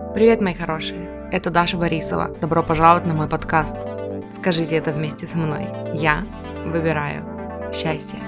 Привет, мои хорошие! Это Даша Борисова. Добро пожаловать на мой подкаст. Скажите это вместе со мной. Я выбираю счастье.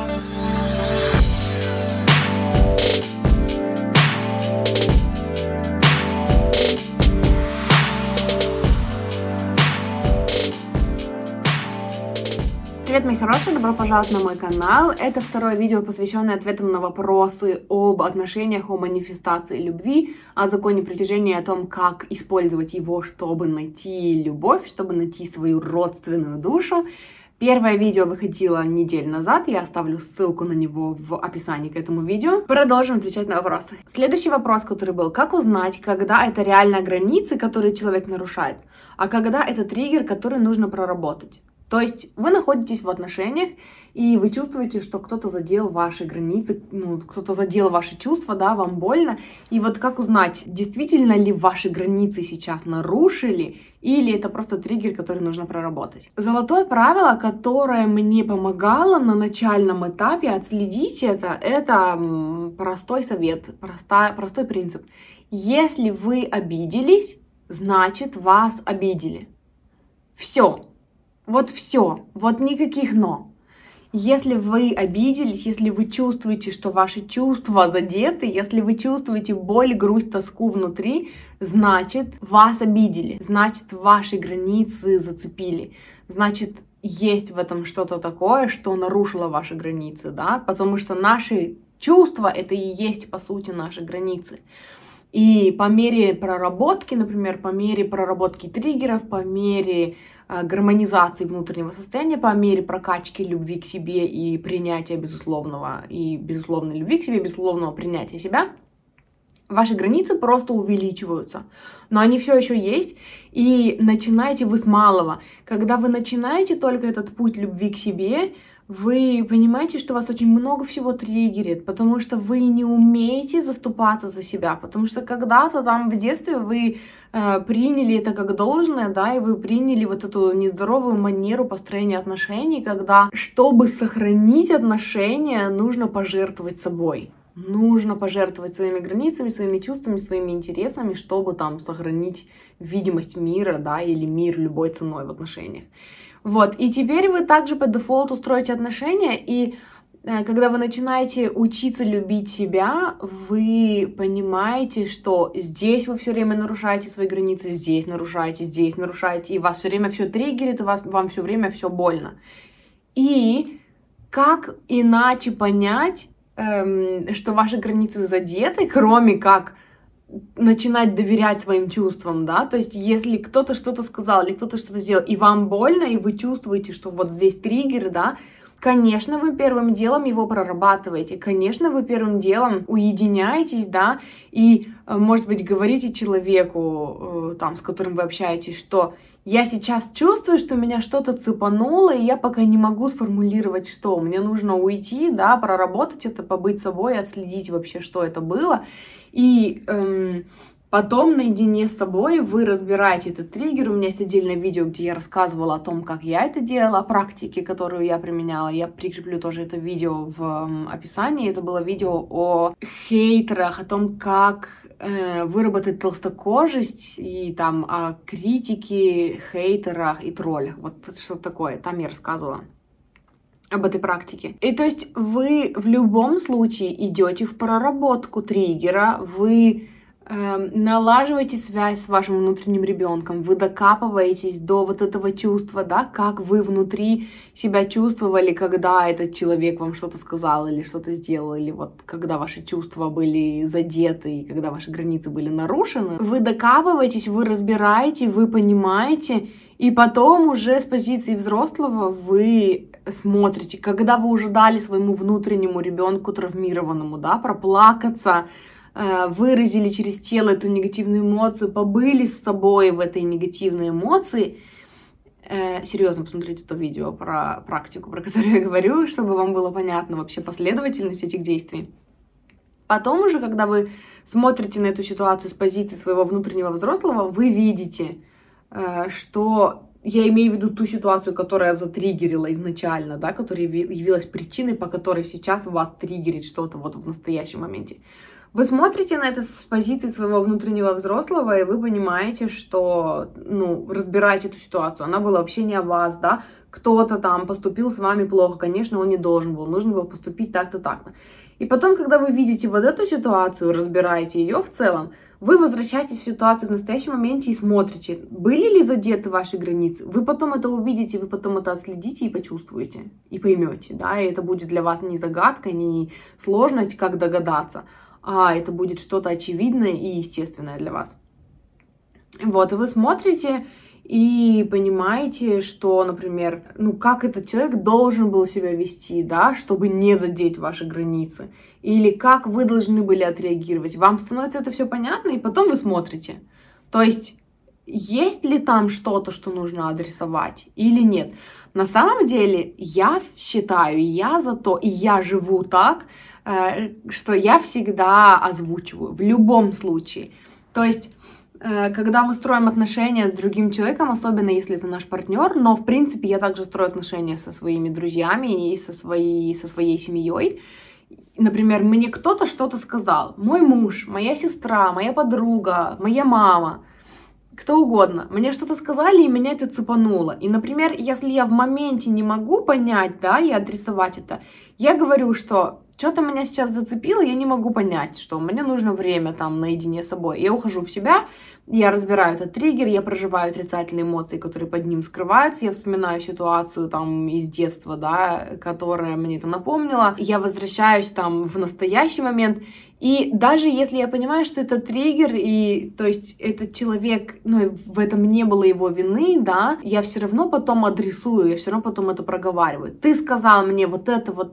Привет, мои хорошие, добро пожаловать на мой канал. Это второе видео, посвященное ответам на вопросы об отношениях, о манифестации любви, о законе притяжения, о том, как использовать его, чтобы найти любовь, чтобы найти свою родственную душу. Первое видео выходило неделю назад, я оставлю ссылку на него в описании к этому видео. Продолжим отвечать на вопросы. Следующий вопрос, который был: как узнать, когда это реально границы, которые человек нарушает, а когда это триггер, который нужно проработать? То есть вы находитесь в отношениях, и вы чувствуете, что кто-то задел ваши границы, кто-то задел ваши чувства, да, вам больно. И вот как узнать, действительно ли ваши границы сейчас нарушили, или это просто триггер, который нужно проработать? Золотое правило, которое мне помогало на начальном этапе отследить это простой совет, простой принцип. Если вы обиделись, значит вас обидели. Все. Вот все, вот никаких «но». Если вы обиделись, если вы чувствуете, что ваши чувства задеты, если вы чувствуете боль, грусть, тоску внутри, значит, вас обидели, значит, ваши границы зацепили, значит, есть в этом что-то такое, что нарушило ваши границы, да, потому что наши чувства — это и есть, по сути, наши границы. И по мере проработки, например, по мере проработки триггеров, по мере гармонизации внутреннего состояния, по мере прокачки любви к себе и принятия безусловной любви к себе, безусловного принятия себя, ваши границы просто увеличиваются. Но они все еще есть, и начинаете вы с малого. Когда вы начинаете только этот путь любви к себе, вы понимаете, что вас очень много всего триггерит, потому что вы не умеете заступаться за себя, потому что когда-то там в детстве вы приняли это как должное, да, и вы приняли вот эту нездоровую манеру построения отношений, когда, чтобы сохранить отношения, нужно пожертвовать собой. Нужно пожертвовать своими границами, своими чувствами, своими интересами, чтобы там сохранить видимость мира, да, или мир любой ценой в отношениях. Вот, и теперь вы также по дефолту строите отношения, и когда вы начинаете учиться любить себя, вы понимаете, что здесь вы все время нарушаете свои границы, здесь нарушаете, и вас все время все триггерит, и вам все время все больно. И как иначе понять, что ваши границы задеты, кроме как начинать доверять своим чувствам, да, то есть если кто-то что-то сказал или кто-то что-то сделал, и вам больно, и вы чувствуете, что вот здесь триггер, да, конечно, вы первым делом его прорабатываете, конечно, вы первым делом уединяетесь, да, и, может быть, говорите человеку, там, с которым вы общаетесь, что я сейчас чувствую, что меня что-то цепануло, и я пока не могу сформулировать, что. Мне нужно уйти, да, проработать это, побыть собой, отследить вообще, что это было. И потом наедине с собой вы разбираете этот триггер. У меня есть отдельное видео, где я рассказывала о том, как я это делала, о практике, которую я применяла. Я прикреплю тоже это видео в описании. Это было видео о хейтерах, о том, как выработать толстокожесть, и там о критике, хейтерах и троллях. Вот что такое. Там я рассказывала об этой практике. И то есть вы в любом случае идете в проработку триггера, вы налаживаете связь с вашим внутренним ребенком, вы докапываетесь до вот этого чувства, да, как вы внутри себя чувствовали, когда этот человек вам что-то сказал или что-то сделал, или вот когда ваши чувства были задеты и когда ваши границы были нарушены. Вы докапываетесь, вы разбираете, вы понимаете, и потом уже с позиции взрослого вы смотрите, когда вы уже дали своему внутреннему ребенку травмированному, да, проплакаться, выразили через тело эту негативную эмоцию, побыли с собой в этой негативной эмоции. Серьезно, посмотрите то видео про практику, про которую я говорю, чтобы вам было понятно вообще последовательность этих действий. Потом уже, когда вы смотрите на эту ситуацию с позиции своего внутреннего взрослого, вы видите, что я имею в виду ту ситуацию, которая затриггерила изначально, да, которая явилась причиной, по которой сейчас вас триггерит что-то вот в настоящем моменте. Вы смотрите на это с позиции своего внутреннего взрослого, и вы понимаете, что, разбираете эту ситуацию. Она была вообще не о вас, да, кто-то там поступил с вами плохо, конечно, он не должен был, нужно было поступить так-то, так-то. И потом, когда вы видите вот эту ситуацию, разбираете ее в целом, вы возвращаетесь в ситуацию в настоящем моменте и смотрите, были ли задеты ваши границы. Вы потом это увидите, вы потом это отследите и почувствуете, и поймете, да, и это будет для вас не загадка, не сложность, как догадаться, а это будет что-то очевидное и естественное для вас. Вот, и вы смотрите и понимаете, что, например, как этот человек должен был себя вести, да, чтобы не задеть ваши границы, или как вы должны были отреагировать. Вам становится это все понятно, и потом вы смотрите. То есть, есть ли там что-то, что нужно адресовать, или нет. На самом деле, я считаю, я за то, и я живу так, что я всегда озвучиваю, в любом случае. То есть, когда мы строим отношения с другим человеком, особенно если это наш партнер, но в принципе я также строю отношения со своими друзьями и со своей семьей. Например, мне кто-то что-то сказал, мой муж, моя сестра, моя подруга, моя мама, кто угодно. Мне что-то сказали, и меня это цепануло. И, например, если я в моменте не могу понять, да, и адресовать это, я говорю, что что-то меня сейчас зацепило, я не могу понять, что мне нужно время там наедине с собой. Я ухожу в себя, я разбираю этот триггер, я проживаю отрицательные эмоции, которые под ним скрываются, я вспоминаю ситуацию там из детства, да, которая мне это напомнила, я возвращаюсь там в настоящий момент, и даже если я понимаю, что это триггер, и, то есть, этот человек, в этом не было его вины, да, я все равно потом адресую, я все равно потом это проговариваю. Ты сказал мне вот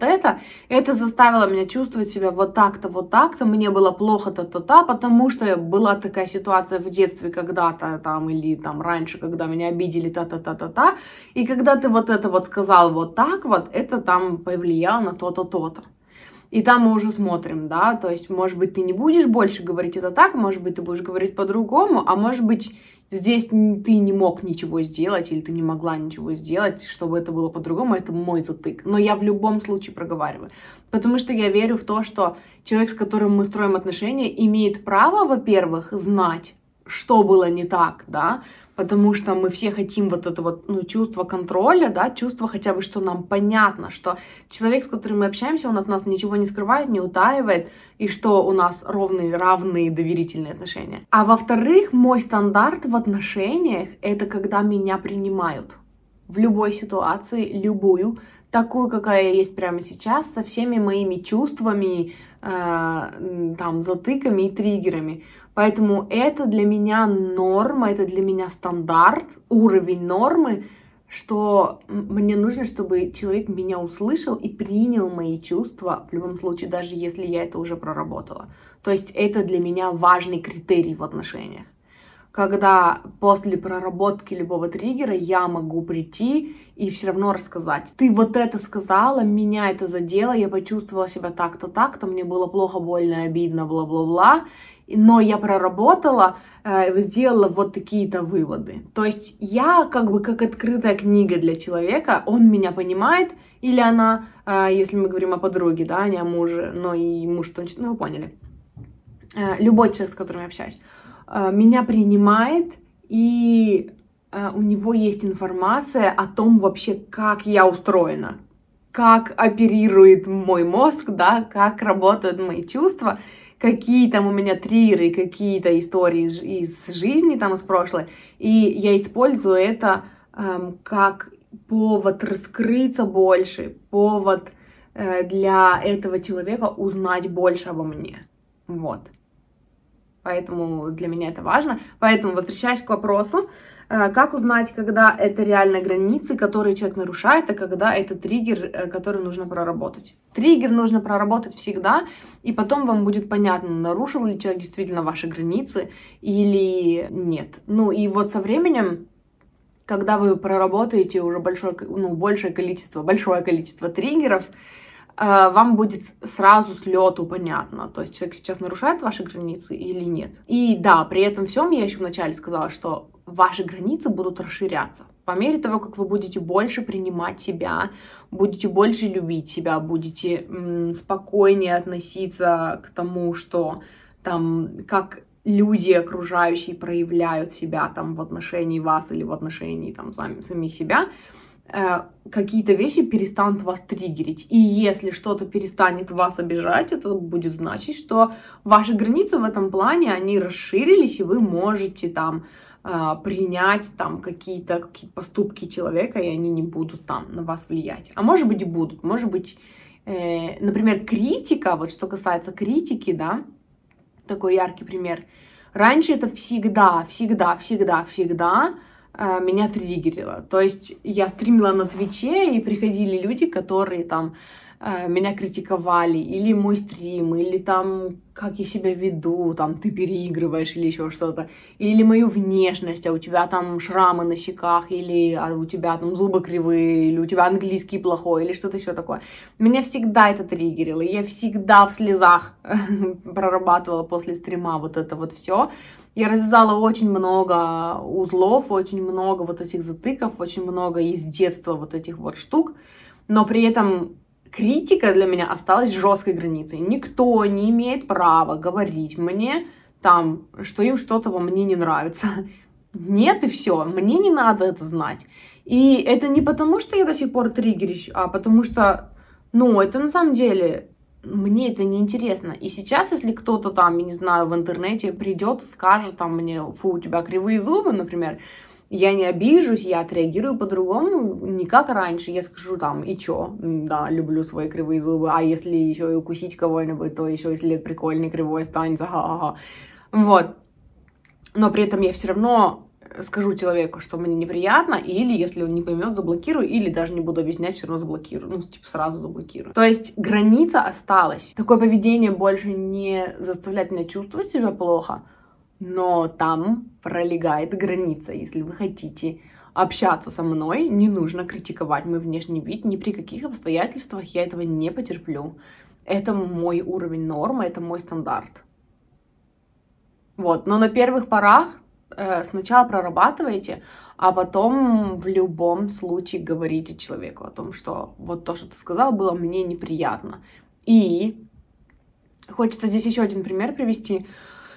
это заставило меня чувствовать себя вот так-то, мне было плохо, потому что была такая ситуация в детстве когда-то там, или там раньше, когда меня обидели, та-та-та-та-та, и когда ты вот это вот сказал вот так вот, это там повлияло на то-то, то-то. И там мы уже смотрим, да, то есть, может быть, ты не будешь больше говорить это так, может быть, ты будешь говорить по-другому, а может быть, здесь ты не мог ничего сделать, или ты не могла ничего сделать, чтобы это было по-другому, это мой затык. Но я в любом случае проговариваю, потому что я верю в то, что человек, с которым мы строим отношения, имеет право, во-первых, знать, что было не так, да, потому что мы все хотим вот это вот, чувство контроля, да, чувство хотя бы, что нам понятно, что человек, с которым мы общаемся, он от нас ничего не скрывает, не утаивает, и что у нас равные доверительные отношения. А во-вторых, мой стандарт в отношениях — это когда меня принимают в любой ситуации, любую, такую, какая я есть прямо сейчас, со всеми моими чувствами, там, затыками и триггерами. Поэтому это для меня норма, это для меня стандарт, уровень нормы, что мне нужно, чтобы человек меня услышал и принял мои чувства, в любом случае, даже если я это уже проработала. То есть это для меня важный критерий в отношениях. Когда после проработки любого триггера я могу прийти и все равно рассказать. Ты вот это сказала, меня это задело, я почувствовала себя так-то, так-то, мне было плохо, больно, обидно, бла-бла-бла. Но я проработала, сделала вот такие-то выводы. То есть я как открытая книга для человека, он меня понимает, или она, если мы говорим о подруге, да, не о муже, но и муж, вы поняли. Любой человек, с которым я общаюсь, меня принимает, и у него есть информация о том вообще, как я устроена, как оперирует мой мозг, да, как работают мои чувства, какие там у меня триггеры, какие-то истории из жизни, там, из прошлой, и я использую это как повод раскрыться больше, повод для этого человека узнать больше обо мне, вот. Поэтому для меня это важно. Поэтому, возвращаясь к вопросу, как узнать, когда это реально границы, которые человек нарушает, а когда это триггер, который нужно проработать. Триггер нужно проработать всегда, и потом вам будет понятно, нарушил ли человек действительно ваши границы или нет. И вот со временем, когда вы проработаете уже большое количество триггеров, вам будет сразу с лету понятно, то есть человек сейчас нарушает ваши границы или нет. И да, при этом всем я еще вначале сказала, что ваши границы будут расширяться. По мере того, как вы будете больше принимать себя, будете больше любить себя, будете спокойнее относиться к тому, что там, как люди окружающие проявляют себя там в отношении вас или в отношении там самих себя, какие-то вещи перестанут вас триггерить. И если что-то перестанет вас обижать, это будет значить, что ваши границы в этом плане, они расширились, и вы можете там принять там какие-то поступки человека, и они не будут там на вас влиять. А может быть и будут. Может быть, например, критика, вот что касается критики, да, такой яркий пример. Раньше это всегда меня триггерило. То есть я стримила на Твиче, и приходили люди, которые там меня критиковали, или мой стрим, или там, как я себя веду, там, ты переигрываешь, или еще что-то, или мою внешность, а у тебя там шрамы на щеках, или у тебя там зубы кривые, или у тебя английский плохой, или что-то еще такое. Меня всегда это триггерило, я всегда в слезах прорабатывала после стрима вот это вот все. Я развязала очень много узлов, очень много вот этих затыков, очень много из детства вот этих вот штук, но при этом критика для меня осталась жесткой границей. Никто не имеет права говорить мне там, что им что-то во мне не нравится. Нет, и все, мне не надо это знать. И это не потому, что я до сих пор триггерюсь, а потому что, это на самом деле... Мне это не интересно. И сейчас, если кто-то там, я не знаю, в интернете придет и скажет там мне, фу, у тебя кривые зубы, например, я не обижусь, я отреагирую по-другому, не как раньше. Я скажу там, и чё, да, люблю свои кривые зубы, а если еще и укусить кого-нибудь, то еще если прикольный кривой останется, ха-ха-ха. Вот. Но при этом я все равно скажу человеку, что мне неприятно, или если он не поймет, заблокирую, или даже не буду объяснять, все равно заблокирую, сразу заблокирую. То есть граница осталась. Такое поведение больше не заставляет меня чувствовать себя плохо, но там пролегает граница. Если вы хотите общаться со мной, не нужно критиковать мой внешний вид, ни при каких обстоятельствах я этого не потерплю. Это мой уровень нормы, это мой стандарт. Вот, но на первых порах сначала прорабатывайте, а потом в любом случае говорите человеку о том, что вот то, что ты сказал, было мне неприятно. И хочется здесь еще один пример привести.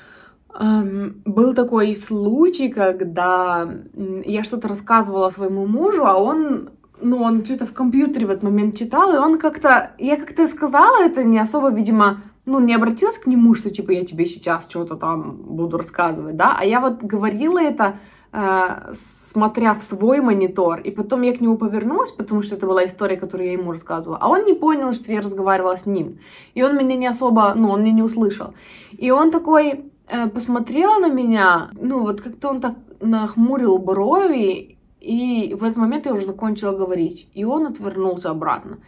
Был такой случай, когда я что-то рассказывала своему мужу, а он что-то в компьютере в этот момент читал, и он я как-то сказала это не особо, видимо, не обратилась к нему, что, я тебе сейчас что-то там буду рассказывать, да, а я вот говорила это, смотря в свой монитор, и потом я к нему повернулась, потому что это была история, которую я ему рассказывала, а он не понял, что я разговаривала с ним, и он меня не особо, он меня не услышал, и он такой посмотрел на меня, как-то он так нахмурил брови, и в этот момент я уже закончила говорить, и он отвернулся обратно.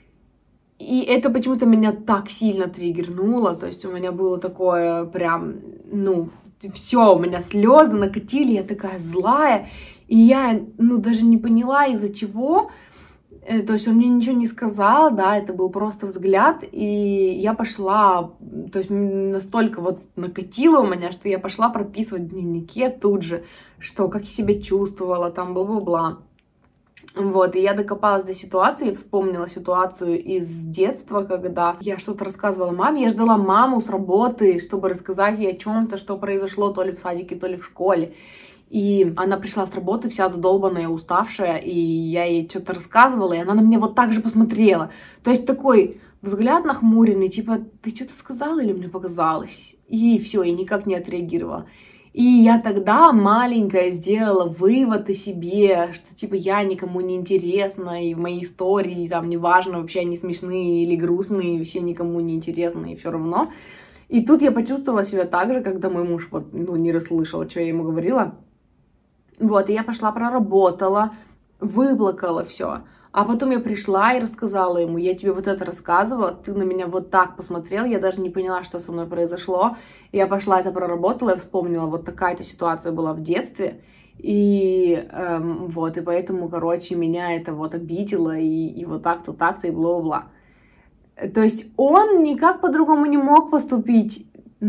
И это почему-то меня так сильно триггернуло, то есть у меня было такое прям, все, у меня слезы накатили, я такая злая, и я, даже не поняла, из-за чего, то есть он мне ничего не сказал, да, это был просто взгляд, и я пошла, то есть настолько вот накатило у меня, что я пошла прописывать в дневнике тут же, что как я себя чувствовала, там, бла-бла-бла. Вот, и я докопалась до ситуации, вспомнила ситуацию из детства, когда я что-то рассказывала маме, я ждала маму с работы, чтобы рассказать ей о чем-то, что произошло то ли в садике, то ли в школе. И она пришла с работы вся задолбанная, уставшая, и я ей что-то рассказывала, и она на меня вот так же посмотрела. То есть такой взгляд нахмуренный, типа, ты что-то сказала или мне показалось? И все, я никак не отреагировала. И я тогда маленькая сделала вывод о себе, что я никому не интересна, и в моей истории там неважно, вообще они смешные или грустные, вообще никому не интересны, и все равно. И тут я почувствовала себя так же, когда мой муж не расслышал, что я ему говорила. Вот, и я пошла, проработала, выплакала все. А потом я пришла и рассказала ему, я тебе вот это рассказывала, ты на меня вот так посмотрел, я даже не поняла, что со мной произошло. Я пошла, это проработала, я вспомнила, вот такая-то ситуация была в детстве. И и поэтому, меня это обидело, и вот так-то, так-то, и бла-бла. То есть он никак по-другому не мог поступить.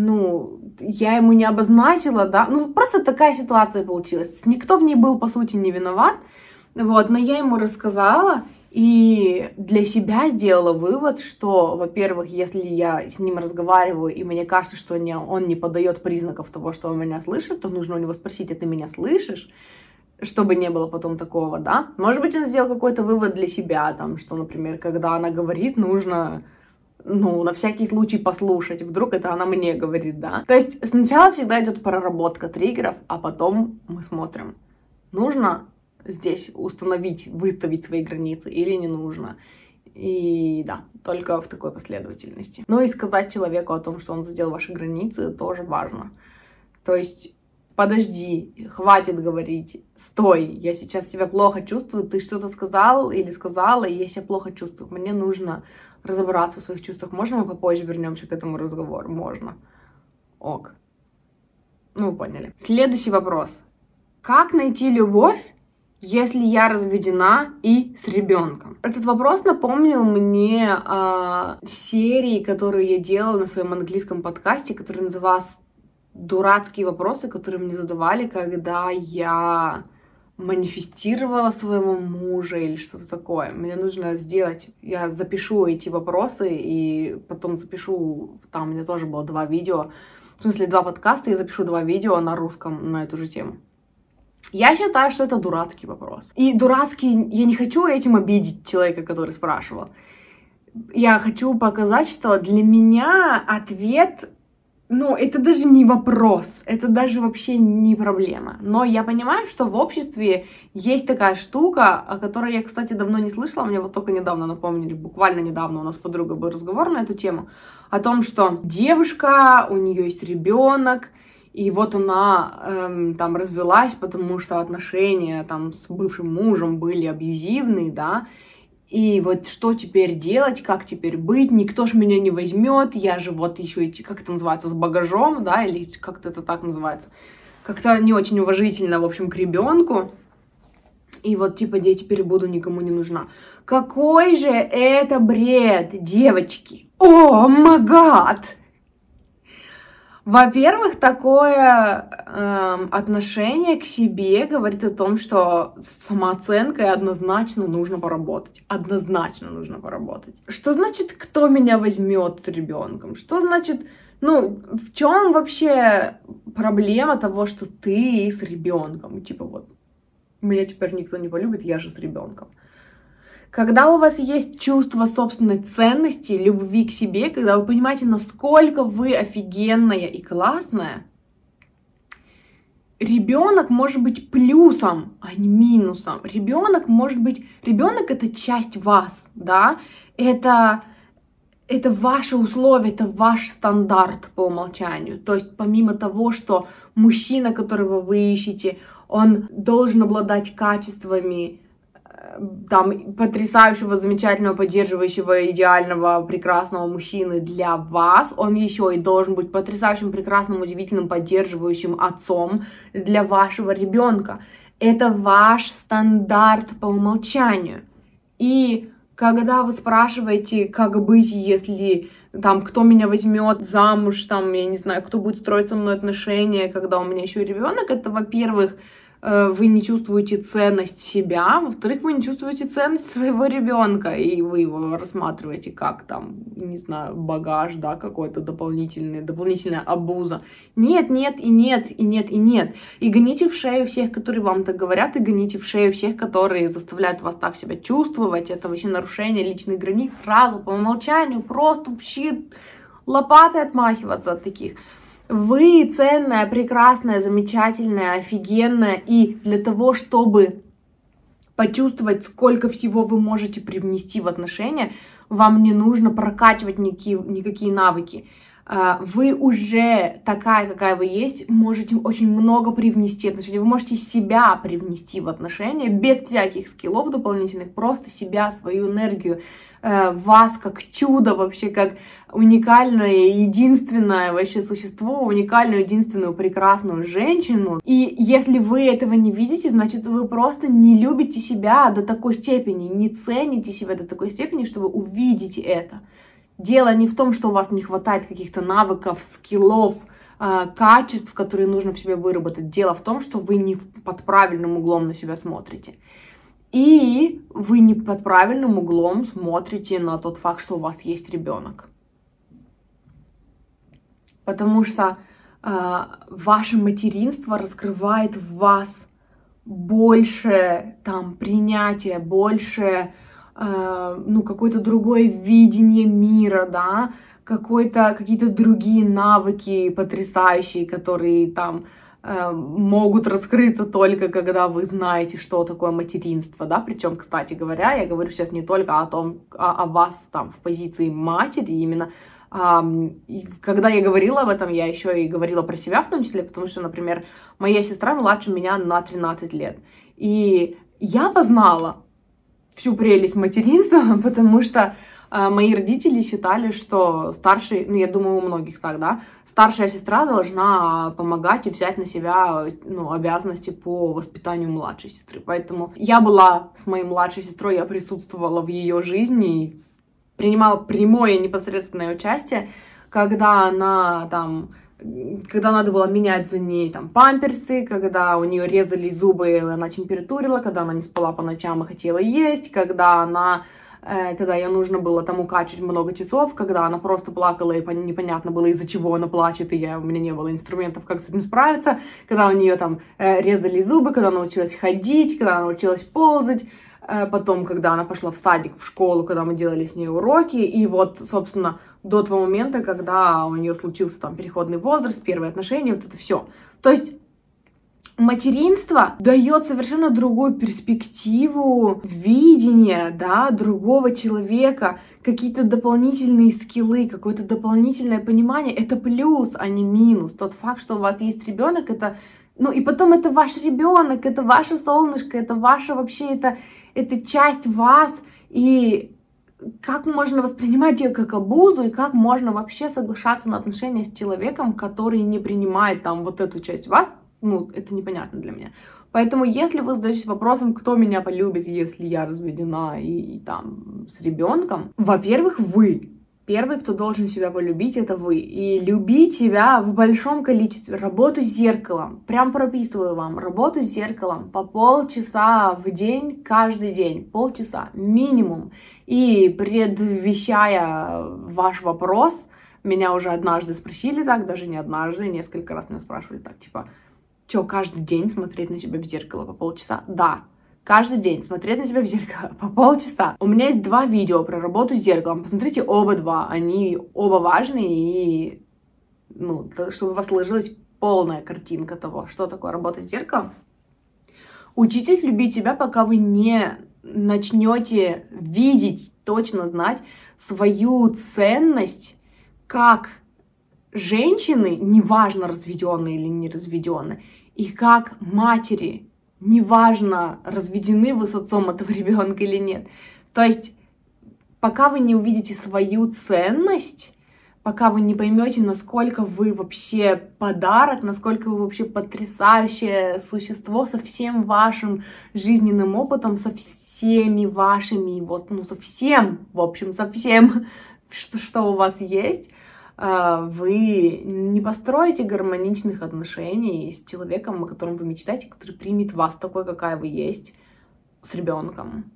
Я ему не обозначила, да, просто такая ситуация получилась. Никто в ней был, по сути, не виноват. Вот, но я ему рассказала, и для себя сделала вывод, что, во-первых, если я с ним разговариваю, и мне кажется, что он не подает признаков того, что он меня слышит, то нужно у него спросить: а ты меня слышишь? Чтобы не было потом такого, да? Может быть, он сделал какой-то вывод для себя, там, что, например, когда она говорит, нужно, на всякий случай послушать, вдруг это она мне говорит, да? То есть сначала всегда идет проработка триггеров, а потом мы смотрим, нужно здесь выставить свои границы или не нужно. И да, только в такой последовательности. Ну и сказать человеку о том, что он задел ваши границы, тоже важно. То есть подожди, хватит говорить, стой, я сейчас себя плохо чувствую, ты что-то сказал или сказала, и я себя плохо чувствую, мне нужно разобраться в своих чувствах. Можно мы попозже вернемся к этому разговору? Можно. Ок. Вы поняли. Следующий вопрос. Как найти любовь, если я разведена и с ребенком? Этот вопрос напомнил мне серии, которую я делала на своем английском подкасте, который назывался «Дурацкие вопросы», которые мне задавали, когда я манифестировала своего мужа или что-то такое. Мне нужно сделать, я запишу эти вопросы и потом запишу, там у меня тоже было 2 видео, в смысле 2 подкаста, я запишу 2 видео на русском на эту же тему. Я считаю, что это дурацкий вопрос. И дурацкий, я не хочу этим обидеть человека, который спрашивал. Я хочу показать, что для меня ответ, это даже не вопрос, это даже вообще не проблема. Но я понимаю, что в обществе есть такая штука, о которой я, кстати, давно не слышала, мне вот только недавно напомнили, буквально недавно у нас с подругой был разговор на эту тему, о том, что девушка, у нее есть ребенок, и вот она там развелась, потому что отношения там с бывшим мужем были абьюзивные, да, и вот что теперь делать, как теперь быть, никто ж меня не возьмет, я же вот еще идти, как это называется, с багажом, да, или как-то это так называется, как-то не очень уважительно, в общем, к ребенку, и вот типа я теперь буду никому не нужна. Какой же это бред, девочки! О, май гад! Во-первых, такое отношение к себе говорит о том, что с самооценкой однозначно нужно поработать. Однозначно нужно поработать. Что значит, кто меня возьмет с ребенком? Что значит, в чем вообще проблема того, что ты с ребенком? Типа вот, меня теперь никто не полюбит, я же с ребенком. Когда у вас есть чувство собственной ценности, любви к себе, когда вы понимаете, насколько вы офигенная и классная, ребенок может быть плюсом, а не минусом. Ребенок это часть вас, да, это ваши условия, это ваш стандарт по умолчанию. То есть помимо того, что мужчина, которого вы ищете, он должен обладать качествами там потрясающего, замечательного, поддерживающего, идеального, прекрасного мужчины для вас, он еще и должен быть потрясающим, прекрасным, удивительным, поддерживающим отцом для вашего ребенка. Это ваш стандарт по умолчанию. И когда вы спрашиваете, как быть, если там кто меня возьмет замуж, там, я не знаю, кто будет строить со мной отношения, когда у меня еще и ребенок, это, во-первых, вы не чувствуете ценность себя, во-вторых, вы не чувствуете ценность своего ребенка, и вы его рассматриваете как там, не знаю, багаж, да, какой-то дополнительная обуза. Нет, нет, и нет, и нет, и нет. И гоните в шею всех, которые вам так говорят, и гоните в шею всех, которые заставляют вас так себя чувствовать. Это вообще нарушение личных границ сразу, по умолчанию, просто вообще лопатой отмахиваться от таких. Вы ценная, прекрасная, замечательная, офигенная, и для того, чтобы почувствовать, сколько всего вы можете привнести в отношения, вам не нужно прокачивать никакие навыки. Вы уже такая, какая вы есть, можете очень много привнести в отношения. Вы можете себя привнести в отношения без всяких скиллов дополнительных, просто себя, свою энергию, вас как чудо вообще, как уникальное, единственное вообще существо, уникальную, единственную, прекрасную женщину. И если вы этого не видите, значит, вы просто не любите себя до такой степени, не цените себя до такой степени, что вы увидите это. Дело не в том, что у вас не хватает каких-то навыков, скиллов, качеств, которые нужно в себе выработать. Дело в том, что вы не под правильным углом на себя смотрите. и вы не под правильным углом смотрите на тот факт, что у вас есть ребенок. Потому что ваше материнство раскрывает в вас больше там принятия, больше какое-то другое видение мира, да, какие-то другие навыки потрясающие, которые там могут раскрыться только когда вы знаете, что такое материнство, да, причем, кстати говоря, я говорю сейчас не только о вас там в позиции матери именно, и когда я говорила об этом, я еще и говорила про себя в том числе, потому что, например, моя сестра младше меня на 13 лет, и я познала всю прелесть материнства, потому что мои родители считали, что старший, я думаю, у многих так, да, старшая сестра должна помогать и взять на себя, обязанности по воспитанию младшей сестры. Поэтому я была с моей младшей сестрой, я присутствовала в ее жизни, принимала прямое непосредственное участие, когда надо было менять за ней там памперсы, когда у нее резались зубы, она температурила, когда она не спала по ночам и хотела есть, когда ей нужно было там укачивать много часов, когда она просто плакала, и непонятно было, из-за чего она плачет, и у меня не было инструментов, как с этим справиться, когда у нее там резали зубы, когда она научилась ходить, когда она научилась ползать, потом, когда она пошла в садик, в школу, когда мы делали с ней уроки, и вот, собственно, до того момента, когда у нее случился там переходный возраст, первые отношения, вот это все. То есть материнство дает совершенно другую перспективу видения, да, другого человека, какие-то дополнительные скиллы, какое-то дополнительное понимание. Это плюс, а не минус. Тот факт, что у вас есть ребенок, это, и потом это ваш ребенок, это ваше солнышко, это ваше вообще, это часть вас, и как можно воспринимать ее как обузу, и как можно вообще соглашаться на отношения с человеком, который не принимает там вот эту часть вас, это непонятно для меня. Поэтому, если вы задаетесь вопросом, кто меня полюбит, если я разведена и там с ребенком, во-первых, вы. Первый, кто должен себя полюбить, это вы. И любить себя в большом количестве. Работу с зеркалом. Прям прописываю вам. Работу с зеркалом по полчаса в день, каждый день. Полчаса минимум. И предвещая ваш вопрос, меня уже однажды спросили так, даже не однажды, несколько раз меня спрашивали так, типа, что, каждый день смотреть на себя в зеркало по полчаса? Да. Каждый день смотреть на себя в зеркало по полчаса. У меня есть 2 видео про работу с зеркалом. Посмотрите оба 2. Они оба важные, и, чтобы у вас сложилась полная картинка того, что такое работать с зеркалом. Учитесь любить себя, пока вы не начнете видеть, точно знать свою ценность как женщины, неважно, разведенные или не разведенные, и как матери, неважно, разведены вы с отцом этого ребенка или нет. То есть, пока вы не увидите свою ценность, пока вы не поймете, насколько вы вообще подарок, насколько вы вообще потрясающее существо со всем вашим жизненным опытом, со всеми вашими, со всем, в общем, со всем, что у вас есть, вы не построите гармоничных отношений с человеком, о котором вы мечтаете, который примет вас такой, какая вы есть, с ребенком.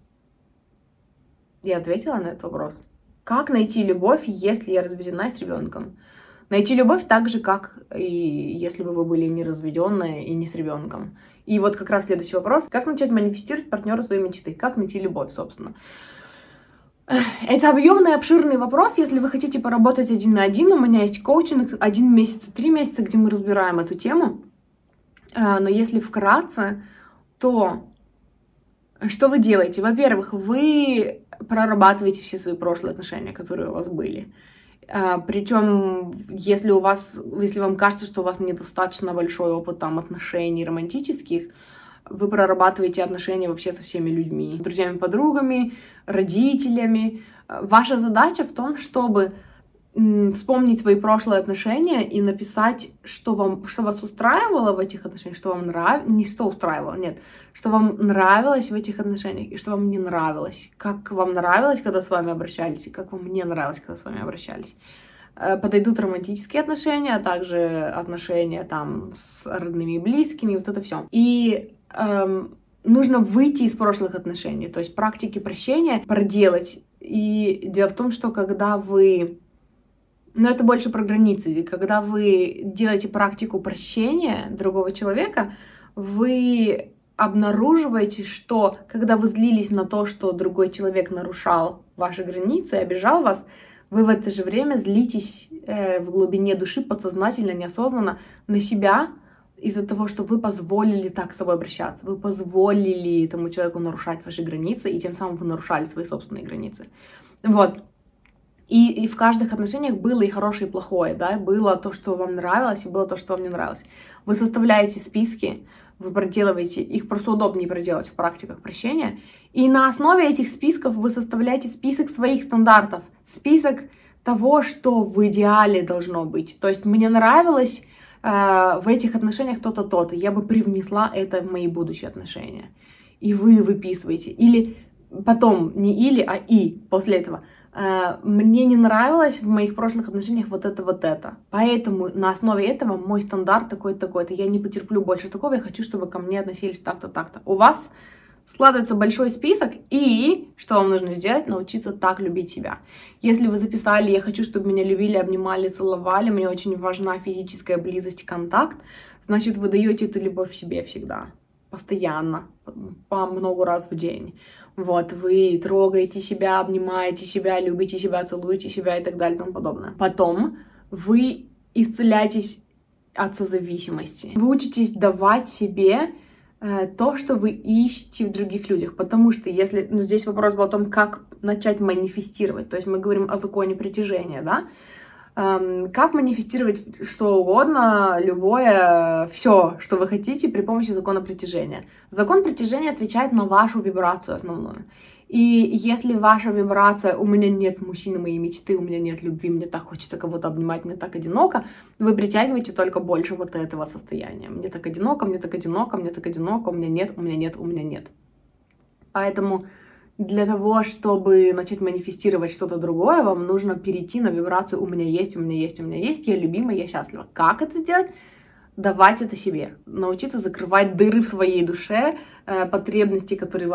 Я ответила на этот вопрос. Как найти любовь, если я разведена с ребенком? Найти любовь так же, как и если бы вы были не разведенные и не с ребенком. И вот как раз следующий вопрос. Как начать манифестировать партнера своей мечты? Как найти любовь, собственно? Это объемный, обширный вопрос. Если вы хотите поработать 1 на 1, у меня есть коучинг 1 месяц, 3 месяца, где мы разбираем эту тему. Но если вкратце, то что вы делаете? Во-первых, вы прорабатываете все свои прошлые отношения, которые у вас были. Причем, если вам кажется, что у вас недостаточно большой опыт отношений романтических, вы прорабатываете отношения вообще со всеми людьми, друзьями, подругами, родителями. Ваша задача в том, чтобы вспомнить свои прошлые отношения и написать, что вас устраивало в этих отношениях, что вам нравилось, не что устраивало, нет, что вам нравилось в этих отношениях и что вам не нравилось, как вам нравилось, когда с вами обращались, и как вам не нравилось, когда с вами обращались. Подойдут романтические отношения, а также отношения с родными и близкими, вот это все. И нужно выйти из прошлых отношений, то есть практики прощения проделать. И дело в том, что когда вы... это больше про границы. Когда вы делаете практику прощения другого человека, вы обнаруживаете, что когда вы злились на то, что другой человек нарушал ваши границы, обижал вас, вы в это же время злитесь в глубине души, подсознательно, неосознанно на себя из-за того, что вы позволили так с собой обращаться, вы позволили этому человеку нарушать ваши границы, и тем самым вы нарушали свои собственные границы. Вот. И в каждых отношениях было и хорошее, и плохое, да, было то, что вам нравилось, и было то, что вам не нравилось. Вы составляете списки, вы проделываете, их просто удобнее проделать в практиках прощения, и на основе этих списков вы составляете список своих стандартов, список того, что в идеале должно быть. То есть мне нравилось в этих отношениях то-то, то-то, я бы привнесла это в мои будущие отношения. И вы выписываете. Или потом, не или, а и после этого. Мне не нравилось в моих прошлых отношениях вот это. Поэтому на основе этого мой стандарт такой-то, такой-то. Я не потерплю больше такого, я хочу, чтобы ко мне относились так-то, так-то. У вас складывается большой список, и что вам нужно сделать? Научиться так любить себя. Если вы записали, я хочу, чтобы меня любили, обнимали, целовали, мне очень важна физическая близость и контакт, значит, вы даете эту любовь себе всегда, постоянно, по много раз в день. Вот, вы трогаете себя, обнимаете себя, любите себя, целуете себя и так далее и тому подобное. Потом вы исцеляетесь от созависимости. Вы учитесь давать себе то, что вы ищете в других людях. Потому что если... здесь вопрос был о том, как начать манифестировать. То есть мы говорим о законе притяжения, да? Как манифестировать что угодно, любое, все, что вы хотите при помощи закона притяжения. Закон притяжения отвечает на вашу вибрацию основную. И если ваша вибрация «у меня нет мужчины моей мечты, у меня нет любви, мне так хочется кого-то обнимать, мне так одиноко», вы притягиваете только больше вот этого состояния. Мне так одиноко, мне так одиноко, мне так одиноко, у меня нет, у меня нет, у меня нет. Поэтому для того, чтобы начать манифестировать что-то другое, вам нужно перейти на вибрацию «у меня есть, у меня есть, у меня есть, я любима, я счастлива». Как это сделать? Давать это себе, научиться закрывать дыры в своей душе, потребности, которые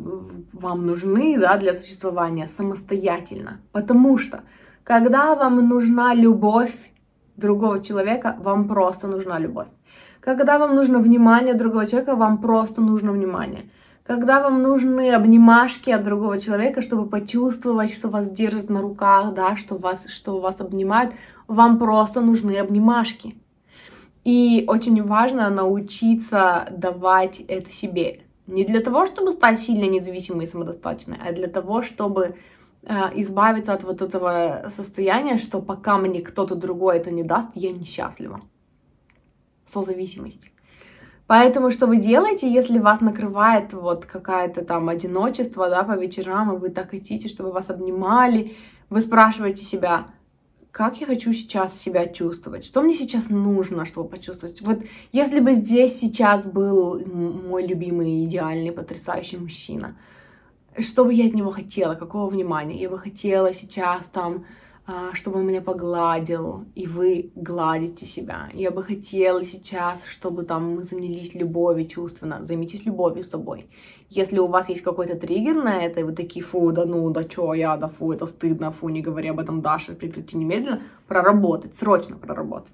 вам нужны, да, для существования самостоятельно. Потому что, когда вам нужна любовь другого человека, вам просто нужна любовь. Когда вам нужно внимание другого человека, вам просто нужно внимание. Когда вам нужны обнимашки от другого человека, чтобы почувствовать, что вас держат на руках, да, что вас обнимают, вам просто нужны обнимашки. И очень важно научиться давать это себе. Не для того, чтобы стать сильно независимой и самодостаточной, а для того, чтобы избавиться от вот этого состояния, что пока мне кто-то другой это не даст, я несчастлива. Созависимость. Поэтому что вы делаете, если вас накрывает вот какое-то там одиночество, да, по вечерам, и вы так хотите, чтобы вас обнимали, вы спрашиваете себя: как я хочу сейчас себя чувствовать? Что мне сейчас нужно, чтобы почувствовать? Вот если бы здесь сейчас был мой любимый, идеальный, потрясающий мужчина, что бы я от него хотела? Какого внимания? Я бы хотела сейчас там, чтобы он меня погладил, и вы гладите себя. Я бы хотела сейчас, чтобы там мы занялись любовью чувственно. Займитесь любовью с собой. Если у вас есть какой-то триггер на это, и вы такие: фу, да ну, да чё я, да фу, это стыдно, фу, не говори об этом, Даша, прекрати немедленно, проработать, срочно проработать.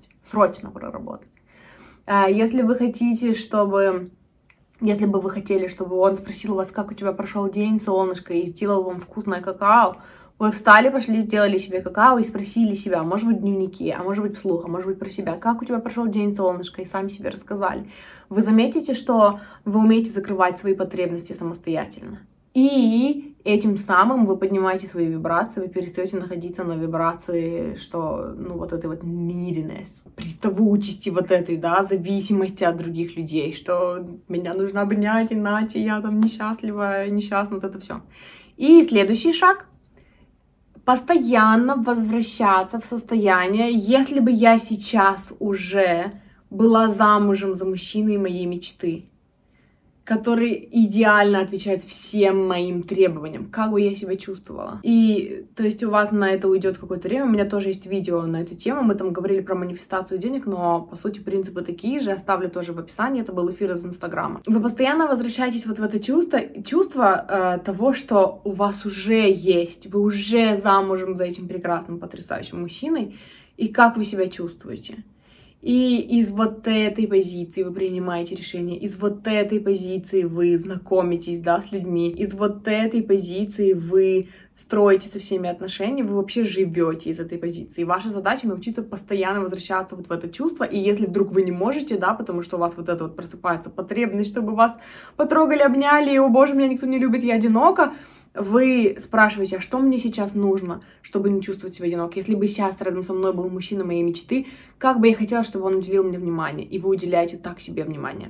Если вы хотите, если бы вы хотели, чтобы он спросил у вас, как у тебя прошел день, солнышко, и сделал вам вкусное какао, вы встали, пошли, сделали себе какао и спросили себя, может быть, в дневнике, а может быть, вслух, а может быть, про себя, как у тебя прошел день, солнышко, и сами себе рассказали. Вы заметите, что вы умеете закрывать свои потребности самостоятельно. И этим самым вы поднимаете свои вибрации, вы перестаете находиться на вибрации, что, ну, вот этой вот neediness, приставучести вот этой, да, зависимости от других людей, что меня нужно обнять, иначе я там несчастлива, несчастна, вот это все. И следующий шаг — постоянно возвращаться в состояние: если бы я сейчас уже была замужем за мужчиной моей мечты, который идеально отвечает всем моим требованиям, как бы я себя чувствовала. И, то есть, у вас на это уйдет какое-то время. У меня тоже есть видео на эту тему. Мы там говорили про манифестацию денег, но, по сути, принципы такие же. Оставлю тоже в описании. Это был эфир из Инстаграма. Вы постоянно возвращаетесь вот в это чувство того, что у вас уже есть. Вы уже замужем за этим прекрасным, потрясающим мужчиной. И как вы себя чувствуете? И из вот этой позиции вы принимаете решение, из вот этой позиции вы знакомитесь, да, с людьми, из вот этой позиции вы строите со всеми отношения, вы вообще живете из этой позиции. И ваша задача научиться постоянно возвращаться вот в это чувство, и если вдруг вы не можете, да, потому что у вас вот это вот просыпается потребность, чтобы вас потрогали, обняли, и, о боже, меня никто не любит, я одинока, вы спрашиваете, а что мне сейчас нужно, чтобы не чувствовать себя одинокой? Если бы сейчас рядом со мной был мужчина моей мечты, как бы я хотела, чтобы он уделил мне внимание? И вы уделяете так себе внимание.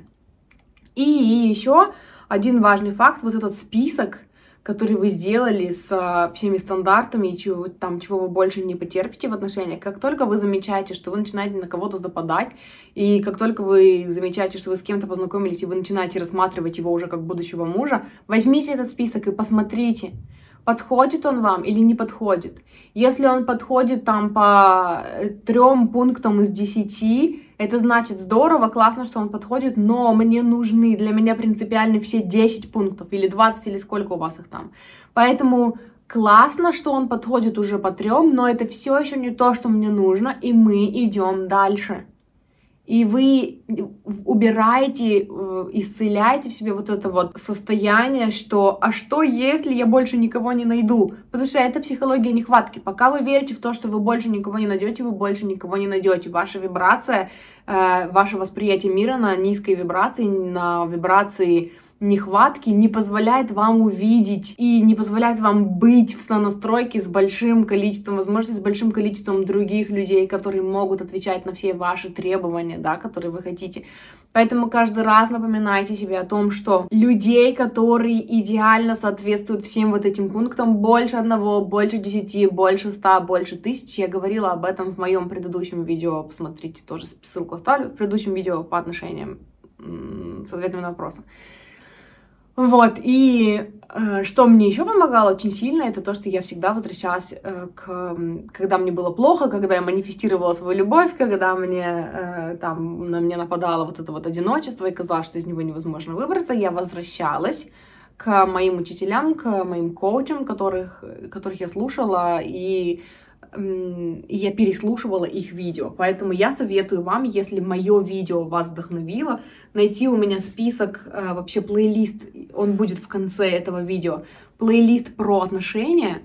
И еще один важный факт, вот этот список, который вы сделали с всеми стандартами, и чего вы больше не потерпите в отношениях, как только вы замечаете, что вы начинаете на кого-то западать, и как только вы замечаете, что вы с кем-то познакомились, и вы начинаете рассматривать его уже как будущего мужа, возьмите этот список и посмотрите, подходит он вам или не подходит. Если он подходит там по 3 пунктам из 10, это значит здорово, классно, что он подходит, но мне нужны, для меня принципиальны все 10 пунктов, или 20, или сколько у вас их там. Поэтому классно, что он подходит уже по 3, но это все еще не то, что мне нужно, и мы идем дальше. И вы убираете, исцеляете в себе вот это вот состояние, что «а что, если я больше никого не найду?» Потому что это психология нехватки. Пока вы верите в то, что вы больше никого не найдете, вы больше никого не найдете. Ваша вибрация, ваше восприятие мира на низкой вибрации, на вибрации нехватки не позволяет вам увидеть и не позволяет вам быть в сонастройке с большим количеством возможностей, с большим количеством других людей, которые могут отвечать на все ваши требования, да, которые вы хотите. Поэтому каждый раз напоминайте себе о том, что людей, которые идеально соответствуют всем вот этим пунктам, больше 1, больше 10, больше 100, больше 1000. Я говорила об этом в моем предыдущем видео, посмотрите, тоже ссылку оставлю, в предыдущем видео по отношениям с ответами на вопросы. Вот, и что мне еще помогало очень сильно, это то, что я всегда возвращалась когда мне было плохо, когда я манифестировала свою любовь, когда на меня нападало вот это вот одиночество и казалось, что из него невозможно выбраться, я возвращалась к моим учителям, к моим коучам, которых я слушала, и я переслушивала их видео. Поэтому я советую вам, если мое видео вас вдохновило, найти у меня список, вообще плейлист, он будет в конце этого видео, плейлист про отношения.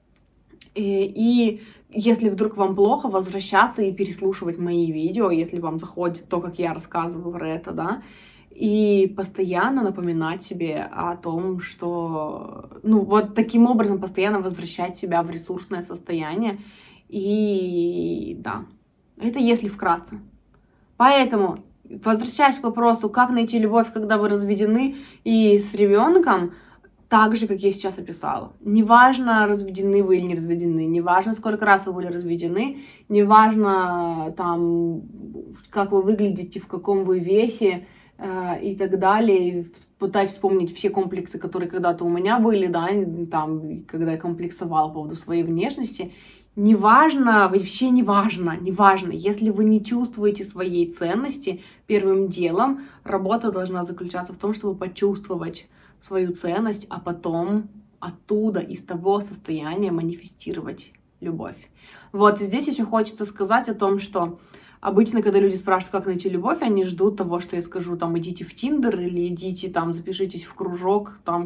И если вдруг вам плохо, возвращаться и переслушивать мои видео, если вам заходит то, как я рассказываю про это, да, и постоянно напоминать себе о том, что, вот таким образом постоянно возвращать себя в ресурсное состояние. И да, это если вкратце. Поэтому, возвращаясь к вопросу, как найти любовь, когда вы разведены и с ребенком, так же, как я сейчас описала. Неважно, разведены вы или не разведены, неважно, сколько раз вы были разведены, неважно, там, как вы выглядите, в каком вы весе, и так далее, пытаюсь вспомнить все комплексы, которые когда-то у меня были, да, там, когда я комплексовала по поводу своей внешности. Неважно, вообще неважно, если вы не чувствуете своей ценности, первым делом работа должна заключаться в том, чтобы почувствовать свою ценность, а потом оттуда, из того состояния манифестировать любовь. Вот, и здесь еще хочется сказать о том, что обычно, когда люди спрашивают, как найти любовь, они ждут того, что я скажу, там, идите в Тиндер или идите, там, запишитесь в кружок, там,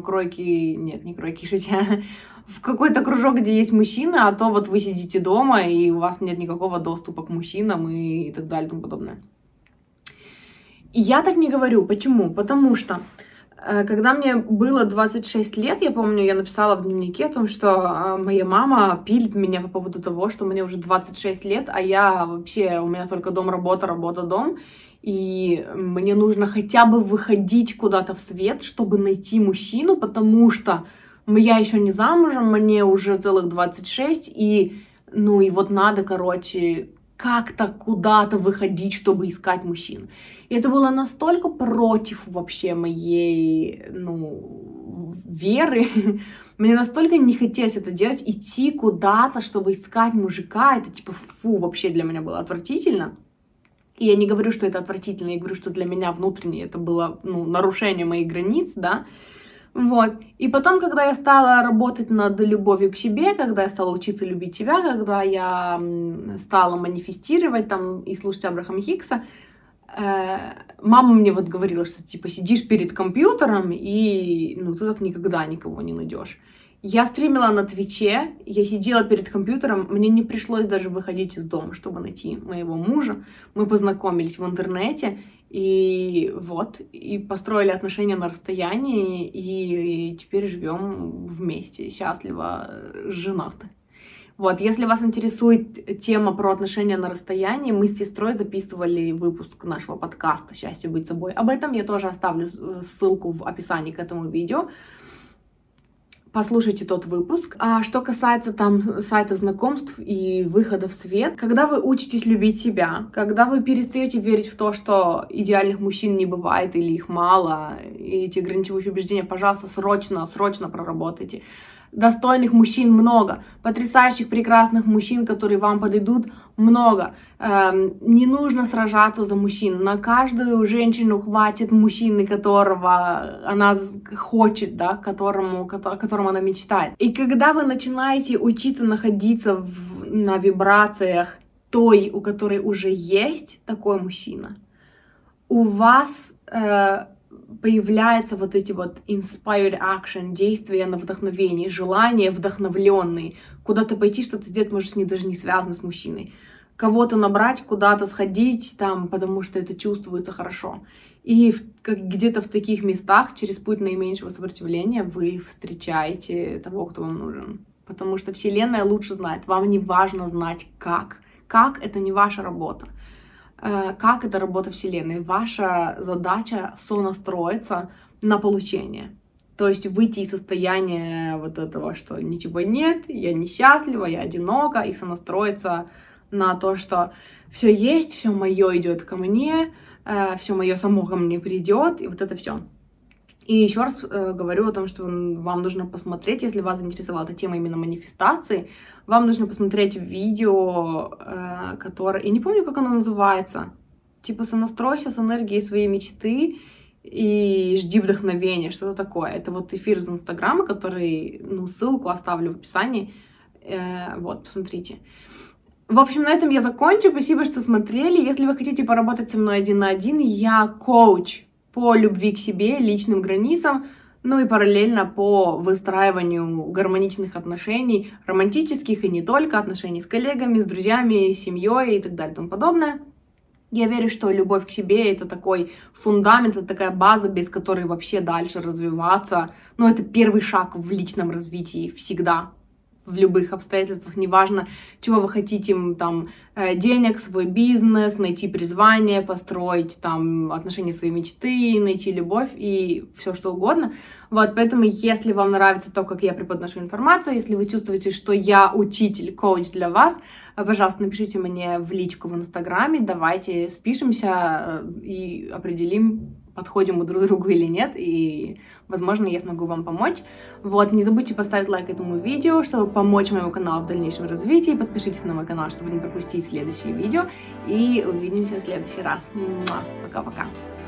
в какой-то кружок, где есть мужчины, а то вот вы сидите дома, и у вас нет никакого доступа к мужчинам и так далее и тому подобное. И я так не говорю. Почему? Потому что когда мне было 26 лет, я помню, я написала в дневнике о том, что моя мама пилит меня по поводу того, что мне уже 26 лет, а я вообще, у меня только дом, работа, работа, дом, и мне нужно хотя бы выходить куда-то в свет, чтобы найти мужчину, потому что я еще не замужем, мне уже целых 26, и вот надо, как-то куда-то выходить, чтобы искать мужчин. И это было настолько против вообще моей, веры. Мне настолько не хотелось это делать, идти куда-то, чтобы искать мужика. Это типа, вообще для меня было отвратительно. И я не говорю, что это отвратительно, я говорю, что для меня внутренне это было, нарушение моих границ, да. Вот. И потом, когда я стала работать над любовью к себе, когда я стала учиться любить себя, когда я стала манифестировать там и слушать Абрахама Хикса, мама мне вот говорила, что типа сидишь перед компьютером и ты так никогда никого не найдешь. Я стримила на Твиче, я сидела перед компьютером, мне не пришлось даже выходить из дома, чтобы найти моего мужа. Мы познакомились в интернете, и построили отношения на расстоянии, и теперь живем вместе, счастливо женаты. Вот, если вас интересует тема про отношения на расстоянии, мы с сестрой записывали выпуск нашего подкаста «Счастье быть собой». Об этом я тоже оставлю ссылку в описании к этому видео. Послушайте тот выпуск. А что касается там сайта знакомств и выхода в свет, когда вы учитесь любить себя, когда вы перестаете верить в то, что идеальных мужчин не бывает или их мало, и эти ограничивающие убеждения, пожалуйста, срочно проработайте. Достойных мужчин много, потрясающих, прекрасных мужчин, которые вам подойдут, много. Не нужно сражаться за мужчин. На каждую женщину хватит мужчины, которого она хочет, да, о котором она мечтает. И когда вы начинаете учиться находиться на вибрациях той, у которой уже есть такой мужчина, у вас появляются вот эти вот inspired action, действия на вдохновение, желания вдохновленные, куда-то пойти, что-то сделать, может, с ней даже не связано с мужчиной, кого-то набрать, куда-то сходить там, потому что это чувствуется хорошо. И где-то в таких местах, через путь наименьшего сопротивления, вы встречаете того, кто вам нужен. Потому что Вселенная лучше знает, вам не важно знать как. Как — это не ваша работа. Как это работа Вселенной. Ваша задача сонастроиться на получение. То есть выйти из состояния вот этого, что ничего нет, я несчастлива, я одинока, и сонастроиться на то, что все есть, все мое идет ко мне, все мое само ко мне придет, и вот это все. И еще раз говорю о том, что вам нужно посмотреть, если вас заинтересовала эта тема именно манифестации, вам нужно посмотреть видео, которое... Я не помню, как оно называется. Типа «Сонастройся с энергией своей мечты и жди вдохновения», что-то такое. Это вот эфир из Инстаграма, который, ссылку оставлю в описании. Вот, посмотрите. В общем, на этом я закончу. Спасибо, что смотрели. Если вы хотите поработать со мной 1 на 1, я коуч по любви к себе, личным границам, и параллельно по выстраиванию гармоничных отношений, романтических и не только, отношений с коллегами, с друзьями, с семьей и так далее и тому подобное. Я верю, что любовь к себе — это такой фундамент, это такая база, без которой вообще дальше развиваться. Это первый шаг в личном развитии всегда. В любых обстоятельствах, неважно, чего вы хотите, там, денег, свой бизнес, найти призвание, построить там отношения своей мечты, найти любовь и все что угодно. Вот, поэтому, если вам нравится то, как я преподношу информацию, если вы чувствуете, что я учитель, коуч для вас, пожалуйста, напишите мне в личку в Инстаграме, давайте спишемся и определим, подходим мы друг другу или нет, и, возможно, я смогу вам помочь. Вот, не забудьте поставить лайк этому видео, чтобы помочь моему каналу в дальнейшем развитии. Подпишитесь на мой канал, чтобы не пропустить следующие видео. И увидимся в следующий раз. Пока-пока.